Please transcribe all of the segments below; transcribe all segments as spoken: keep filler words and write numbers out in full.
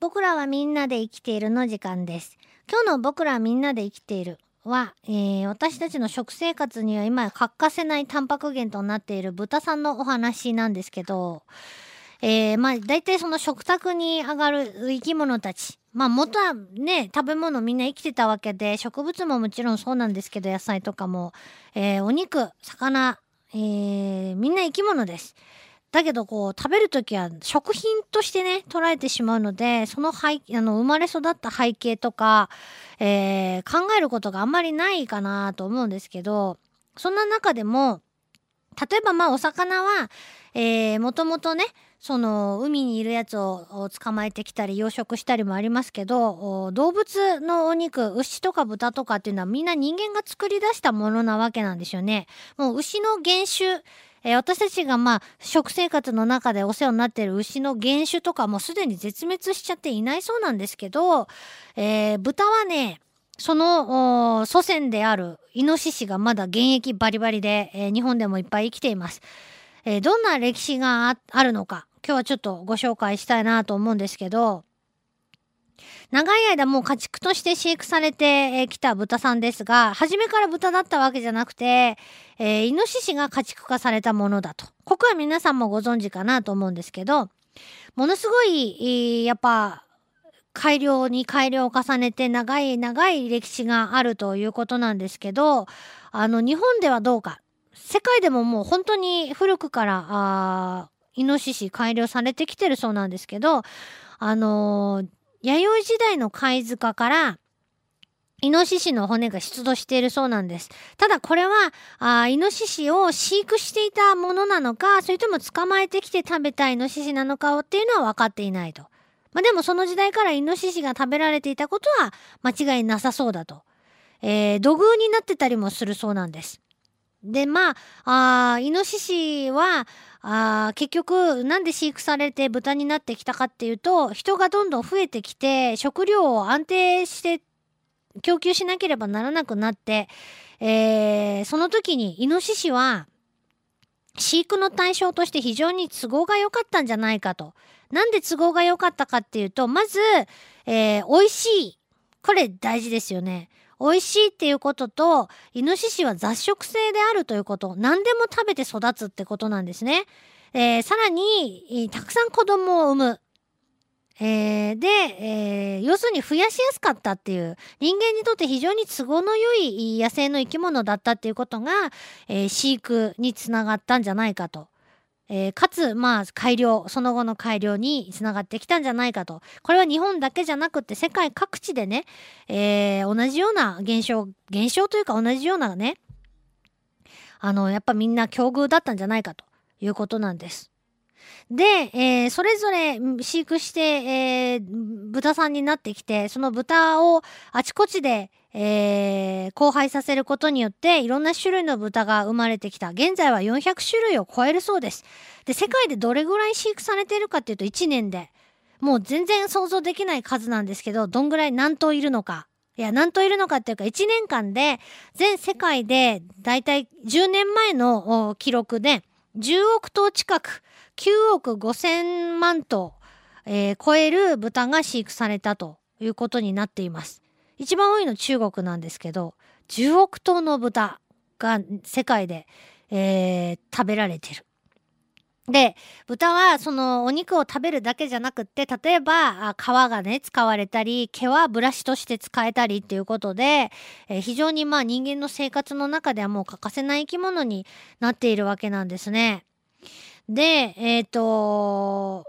僕らはみんなで生きているの時間です。今日の僕らはみんなで生きているは、えー私たちの食生活には今欠かせないタンパク源となっている豚さんのお話なんですけど、えー、まあ大体その食卓に上がる生き物たち、まあ元はね食べ物みんな生きてたわけで、植物ももちろんそうなんですけど、野菜とかも、えーお肉、魚、えーみんな生き物です。だけどこう食べるときは食品としてね捉えてしまうので、その背あの生まれ育った背景とか、えー考えることがあんまりないかなと思うんですけど、そんな中でも例えばまあお魚は、えー、もともとねその海にいるやつをを捕まえてきたり養殖したりもありますけど、お動物のお肉、牛とか豚とかっていうのはみんな人間が作り出したものなわけなんですよね。もう牛の原種、えー私たちがまあ食生活の中でお世話になっている牛の原種とかもすでに絶滅しちゃっていないそうなんですけど、えー豚はねそのお祖先であるイノシシがまだ現役バリバリで、えー日本でもいっぱい生きています。えーどんな歴史がああるのか今日はちょっとご紹介したいなと思うんですけど、長い間もう家畜として飼育されてきた豚さんですが、初めから豚だったわけじゃなくて、えーイノシシが家畜化されたものだと。ここは皆さんもご存知かなと思うんですけど、ものすごい、えーやっぱ、改良に改良を重ねて長い長い歴史があるということなんですけど、あの、日本ではどうか。世界でももう本当に古くから、あーイノシシ改良されてきてるそうなんですけど、あのー弥生時代の貝塚からイノシシの骨が出土しているそうなんです。ただこれはあイノシシを飼育していたものなのか、それとも捕まえてきて食べたイノシシなのかっていうのは分かっていないと。まあでもその時代からイノシシが食べられていたことは間違いなさそうだと。えー土偶になってたりもするそうなんです。で、まあ、あーイノシシは、あー結局、なんで飼育されて豚になってきたかっていうと、人がどんどん増えてきて、食料を安定して供給しなければならなくなって、えーその時にイノシシは、飼育の対象として非常に都合が良かったんじゃないかと。なんで都合が良かったかっていうと、まず、えー美味しい。これ大事ですよね。美味しいっていうことと、イノシシは雑食性であるということ。何でも食べて育つってことなんですね。えーさらに、えーたくさん子供を産む。えーで、えー要するに増やしやすかったっていう、人間にとって非常に都合の良い野生の生き物だったっていうことが、えー飼育につながったんじゃないかと。えーかつ、まあ、改良、その後の改良につながってきたんじゃないかと。これは日本だけじゃなくて世界各地でね、えー同じような現象、現象というか同じようなね、あの、やっぱみんな境遇だったんじゃないかということなんです。で、えーそれぞれん飼育して、えー豚さんになってきて、その豚をあちこちで、えー交配させることによって、いろんな種類の豚が生まれてきた。現在はよんひゃく種類を超えるそうです。で、世界でどれぐらい飼育されているかっていうといちねんで。もう全然想像できない数なんですけど、どんぐらい何頭いるのか。いや、何頭いるのかっていうか、いちねんかんで、全世界で、だいたいじゅうねんまえのお記録で、じゅうおく頭近く、きゅうおくごせんまん頭、えー超える豚が飼育されたということになっています。一番多いの中国なんですけど、じゅうおく頭の豚が世界で、えー食べられてる。で、豚はそのお肉を食べるだけじゃなくって、例えばあ皮がね、使われたり、毛はブラシとして使えたりっていうことで、えー非常にまあ人間の生活の中ではもう欠かせない生き物になっているわけなんですね。で、えっと、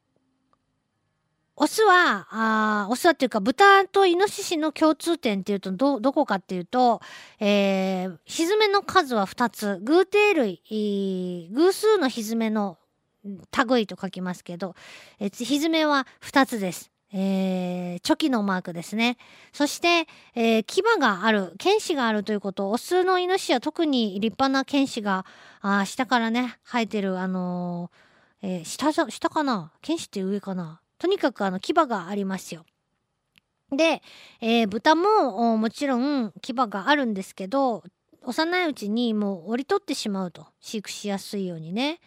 オスは、あーオスはっていうか、豚とイノシシの共通点っていうと、ど、どこかっていうと、えー、ひづめの数はふたつ。偶蹄類、えー偶数のひづめの類と書きますけど、えーひづめはふたつです。えー、チョキのマークですね。そして、えー牙がある、犬歯があるということ、オスのイノシシは特に立派な犬歯が、あー下からね、生えてる、あのーえー下じゃ、下かな犬歯って上かなとにかくあの牙がありますよ。で、えー豚もおもちろん牙があるんですけど、幼いうちにもう折り取ってしまうと。飼育しやすいようにね。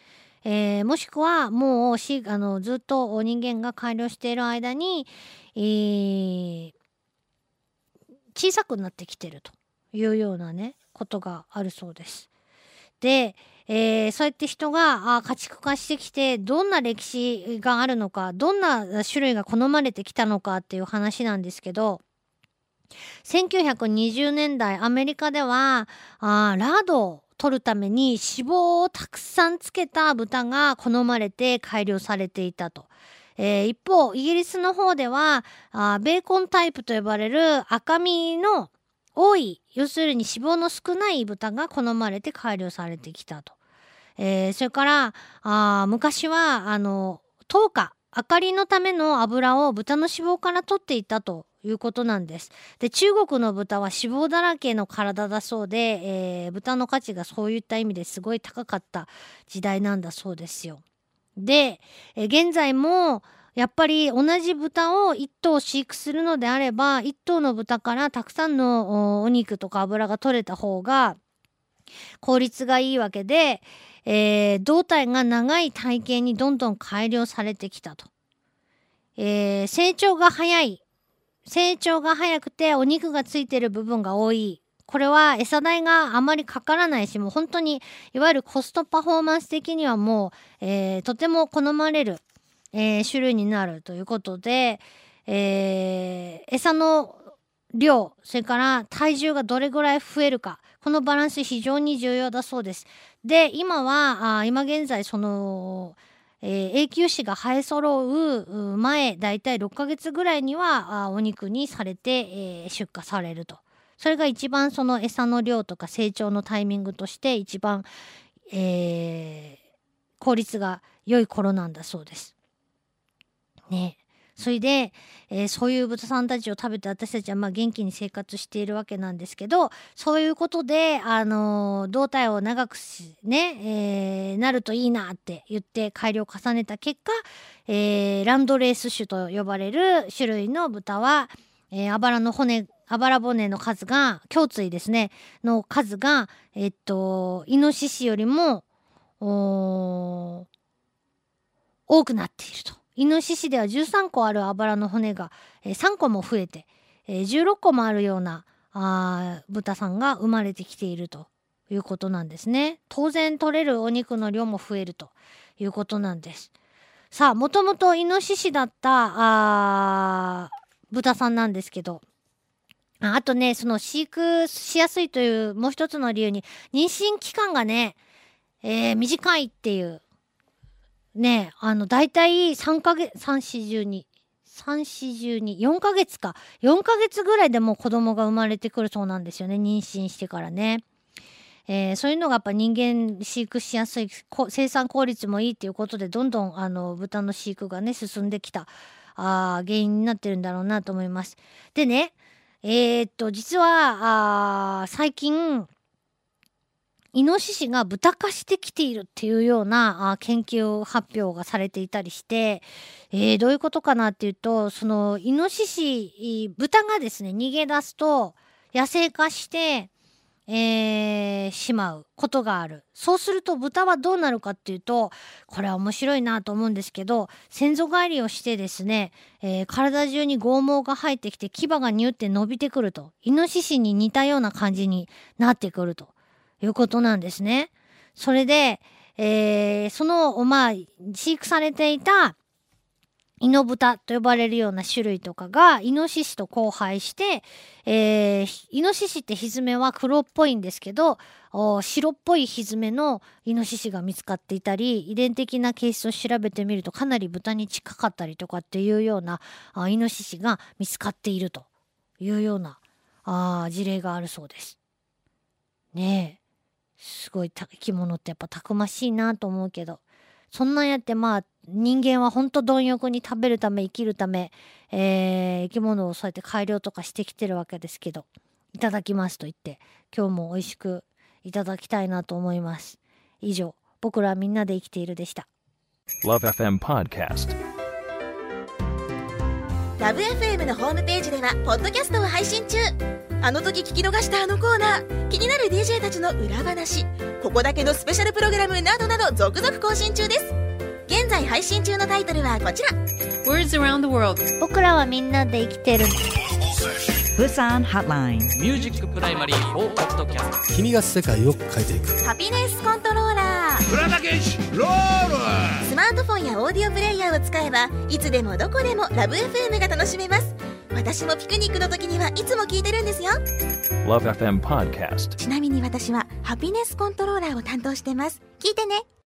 えー、もしくはもうしあのずっと人間が改良している間に、えー、小さくなってきてるというようなねことがあるそうです。で、えー、そうやって人があ家畜化してきてどんな歴史があるのか、どんな種類が好まれてきたのかっていう話なんですけど、せんきゅうひゃくにじゅうねんだいアメリカではあラードを取るために脂肪をたくさんつけた豚が好まれて改良されていたと。えー、一方イギリスの方ではあベーコンタイプと呼ばれる赤身の多い、要するに脂肪の少ない豚が好まれて改良されてきたと。えー、それからあ昔はあの灯火明かりのための油を豚の脂肪から取っていたということなんです。で、中国の豚は脂肪だらけの体だそうで、えー、豚の価値がそういった意味ですごい高かった時代なんだそうですよ。で、えー、現在もやっぱり同じ豚をいっ頭飼育するのであれば、いっ頭の豚からたくさんの お, お肉とか油が取れた方が効率がいいわけで、えー、胴体が長い体型にどんどん改良されてきたと。えー、成長が早い。成長が早くてお肉がついてる部分が多い。これは餌代があまりかからないし、もう本当にいわゆるコストパフォーマンス的にはもう、えー、とても好まれる、えー、種類になるということで、えー、餌の量、それから体重がどれぐらい増えるか、このバランス非常に重要だそうです。で、今は、あ今現在その、えー、永久歯が生え揃う前、だいたいろっかげつぐらいにはあお肉にされて、えー、出荷されると。それが一番その餌の量とか成長のタイミングとして一番、えー、効率が良い頃なんだそうです。ね。それで、えー、そういう豚さんたちを食べて私たちはまあ元気に生活しているわけなんですけど、そういうことで、あのー、胴体を長くしね、えー、なるといいなって言って改良を重ねた結果、えー、ランドレース種と呼ばれる種類の豚は、えー、あばらの骨、あばら骨の数が、胸椎ですね、の数が、えっと、イノシシよりも、多くなっていると。イノシシではじゅうさんこあるあばらの骨が、えー、さんこも増えて、えー、じゅうろっこもあるようなあ豚さんが生まれてきているということなんですね。当然取れるお肉の量も増えるということなんです。さあ、もともとイノシシだったあ豚さんなんですけど、あ, あとね、その飼育しやすいというもう一つの理由に妊娠期間がね、えー、短いっていうねえ、あの、だいたいさんかげつ、さん、し、じゅうに、さん、し、じゅうに、よんかげつか。よんかげつぐらいでもう子供が生まれてくるそうなんですよね。妊娠してからね。えー、そういうのがやっぱ人間飼育しやすい、生産効率もいいっていうことで、どんどんあの、豚の飼育がね、進んできた、あ原因になってるんだろうなと思います。でね、えー、っと、実は、あ最近、イノシシが豚化してきているっていうようなあ研究発表がされていたりして、えー、どういうことかなっていうと、そのイノシシ、豚がですね、逃げ出すと野生化して、えー、しまうことがある。そうすると豚はどうなるかっていうと、これは面白いなと思うんですけど、先祖返りをしてですね、えー、体中に剛毛が生えてきて牙がニュって伸びてくると、イノシシに似たような感じになってくるということなんですね。それで、えー、その、まあ、飼育されていたイノブタと呼ばれるような種類とかがイノシシと交配して、えー、イノシシってひづめは黒っぽいんですけど、白っぽいひづめのイノシシが見つかっていたり、遺伝的な形質を調べてみるとかなり豚に近かったりとかっていうようなあイノシシが見つかっているというようなあ事例があるそうです。ねえ。すごい生き物ってやっぱたくましいなと思うけど、そんなんやってまあ人間はほんと貪欲に食べるため生きるため、えー、生き物をそうやって改良とかしてきてるわけですけど、いただきますと言って今日も美味しくいただきたいなと思います。以上、僕らはみんなで生きているでした。 ラブエフエム Podcast。 ラブ エフエム のホームページではポッドキャストを配信中。 あの時聞き逃したあのコーナー、気になる ディージェー たちの裏話、ここだけのスペシャルプログラムなどなど続々更新中です。現在配信中のタイトルはこちら。 Words around the world。 僕らはみんなで生きてる。 ブサンハッライン。 ミュージックプライマリーフォーポッドキャスト。 君が世界を変えていく。 ハピネスコントローラー。 プラダケシロール。 スマートフォンやオーディオプレイヤーを使えばいつでもどこでもラブ エフエム が楽しめます。私もピクニックの時にはいつも聞いてるんですよ。 Love エフエム Podcast。 ちなみに私はハピネスコントローラーを担当してます。聞いてね。